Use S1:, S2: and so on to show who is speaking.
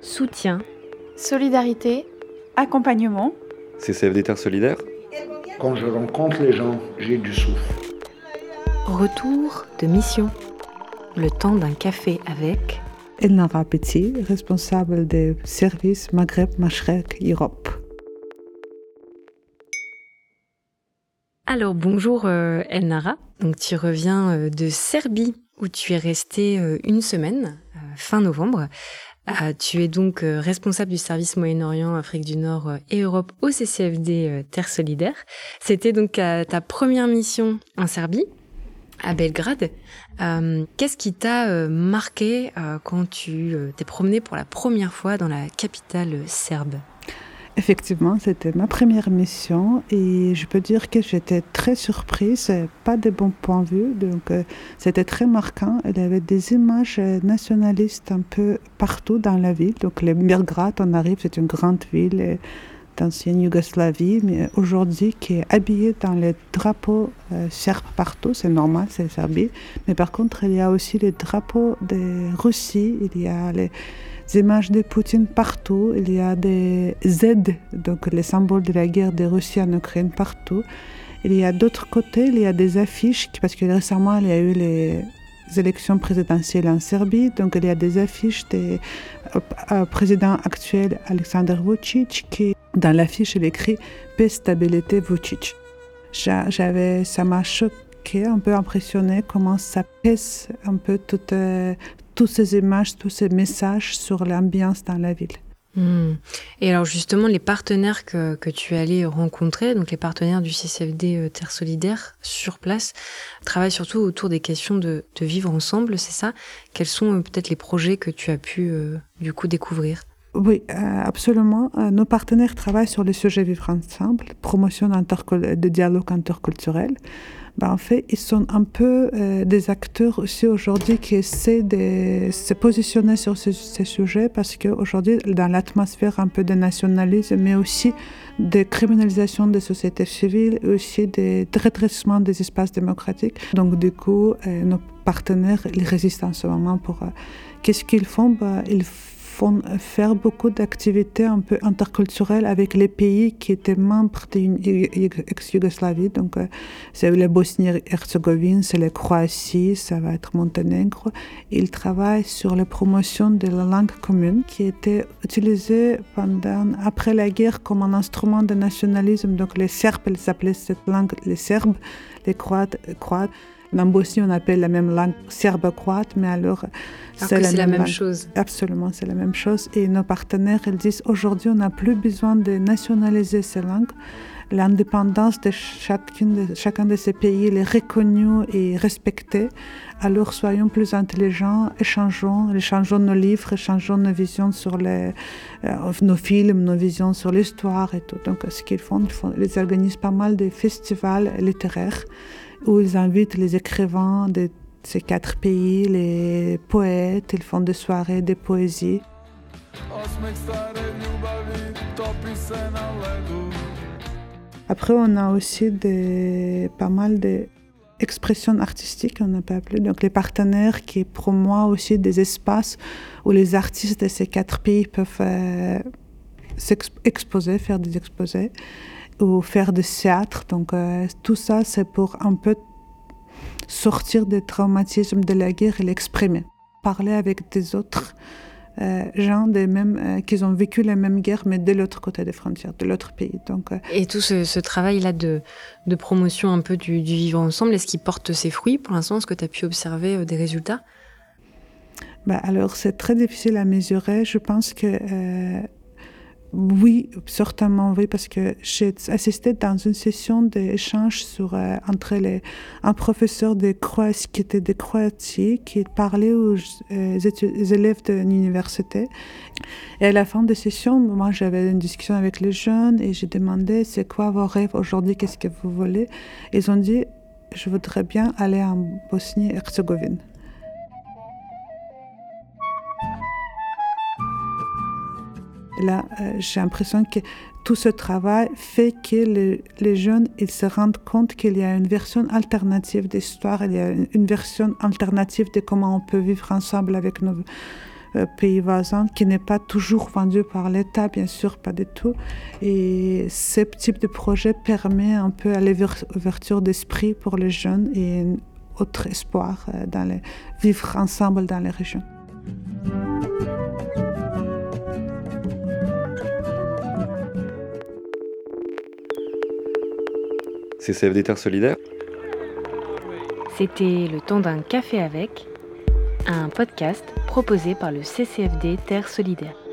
S1: soutien, solidarité,
S2: accompagnement.
S3: CCFD Terre Solidaire.
S4: Quand je rencontre les gens, j'ai du souffle.
S1: Retour de mission. Le temps d'un café avec
S5: Elnara Petit, responsable des services Maghreb-Mashrek Europe.
S1: Alors bonjour Elnara, donc tu reviens de Serbie où tu es restée une semaine, fin novembre. Tu es donc responsable du service Moyen-Orient, Afrique du Nord et Europe au CCFD Terre Solidaire. C'était donc ta première mission en Serbie, à Belgrade. Qu'est-ce qui t'a marqué quand tu t'es promenée pour la première fois dans la capitale serbe ?
S5: Effectivement, c'était ma première mission et je peux dire que j'étais très surprise, pas de bons points de vue, donc c'était très marquant. Il y avait des images nationalistes un peu partout dans la ville. Donc le Belgrade, on arrive, c'est une grande ville d'ancienne Yougoslavie, mais aujourd'hui qui est habillée dans les drapeaux serbes partout, c'est normal, c'est Serbie. Mais par contre, il y a aussi les drapeaux de Russie, il y a les images de Poutine partout, il y a des Z, donc les symboles de la guerre de Russie en Ukraine partout. Il y a d'autres côtés, il y a des affiches, parce que récemment il y a eu les élections présidentielles en Serbie, donc il y a des affiches du président actuel Aleksandar Vučić, qui dans l'affiche il écrit « Paix, stabilité, Vučić ». Ça m'a choqué, un peu impressionné comment ça pèse un peu toutes ces images, tous ces messages sur l'ambiance dans la ville.
S1: Et alors justement, les partenaires que tu es allé rencontrer, donc les partenaires du CCFD Terre Solidaire sur place, travaillent surtout autour des questions de vivre ensemble, c'est ça ? Quels sont peut-être les projets que tu as pu du coup découvrir ?
S5: Oui, absolument. Nos partenaires travaillent sur le sujet vivre ensemble, promotion de dialogue interculturel. En fait, ils sont un peu des acteurs aussi aujourd'hui qui essaient de se positionner sur ces sujets parce qu'aujourd'hui, dans l'atmosphère un peu de nationalisme, mais aussi de criminalisation des sociétés civiles, aussi de redressement des espaces démocratiques. Donc du coup, nos partenaires, ils résistent en ce moment pour... Qu'est-ce qu'ils font ? Ils font faire beaucoup d'activités un peu interculturelles avec les pays qui étaient membres de l'ex-Yougoslavie. Donc, c'est la Bosnie-Herzégovine, c'est la Croatie, ça va être Monténégro. Ils travaillent sur la promotion de la langue commune qui était utilisée après la guerre comme un instrument de nationalisme. Donc, les Serbes, ils appelaient cette langue les Serbes, les Croates. En Bosnie, on appelle la même langue serbe-croate, mais alors
S1: c'est la même chose.
S5: Absolument, c'est la même chose. Et nos partenaires, ils disent aujourd'hui, on n'a plus besoin de nationaliser ces langues. L'indépendance de chacun de ces pays est reconnue et respectée. Alors soyons plus intelligents, échangeons nos livres, échangeons nos visions sur nos films, nos visions sur l'histoire et tout. Donc ce qu'ils font, ils organisent pas mal de festivals littéraires où ils invitent les écrivains de ces 4 pays, les poètes, ils font des soirées de poésie. Après, on a aussi pas mal d'expressions artistiques, on n'a pas appelé. Donc, les partenaires qui promouvent aussi des espaces où les artistes de ces 4 pays peuvent s'exposer, faire des exposés ou faire du théâtre. Donc, tout ça, c'est pour un peu sortir des traumatismes de la guerre et l'exprimer. Parler avec des autres gens qui ont vécu la même guerre, mais de l'autre côté des frontières, de l'autre pays. Donc,
S1: et tout ce travail-là de promotion un peu du vivre ensemble, est-ce qu'il porte ses fruits pour l'instant ? Est-ce que tu as pu observer des résultats ?
S5: Alors, c'est très difficile à mesurer. Je pense que oui, certainement oui, parce que j'ai assisté dans une session d'échange entre un professeur de Croatie qui était de Croatie, qui parlait aux élèves de l'université. Et à la fin de la session, moi j'avais une discussion avec les jeunes et j'ai demandé c'est quoi vos rêves aujourd'hui, qu'est-ce que vous voulez. Ils ont dit je voudrais bien aller en Bosnie-Herzégovine. Là, j'ai l'impression que tout ce travail fait que les jeunes ils se rendent compte qu'il y a une version alternative d'histoire, il y a une version alternative de comment on peut vivre ensemble avec pays voisins qui n'est pas toujours vendu par l'État, bien sûr, pas du tout. Et ce type de projet permet un peu l'ouverture d'esprit pour les jeunes et un autre espoir vivre ensemble dans les régions.
S3: CCFD Terre Solidaire.
S1: C'était Le temps d'un café avec, un podcast proposé par le CCFD Terre Solidaire.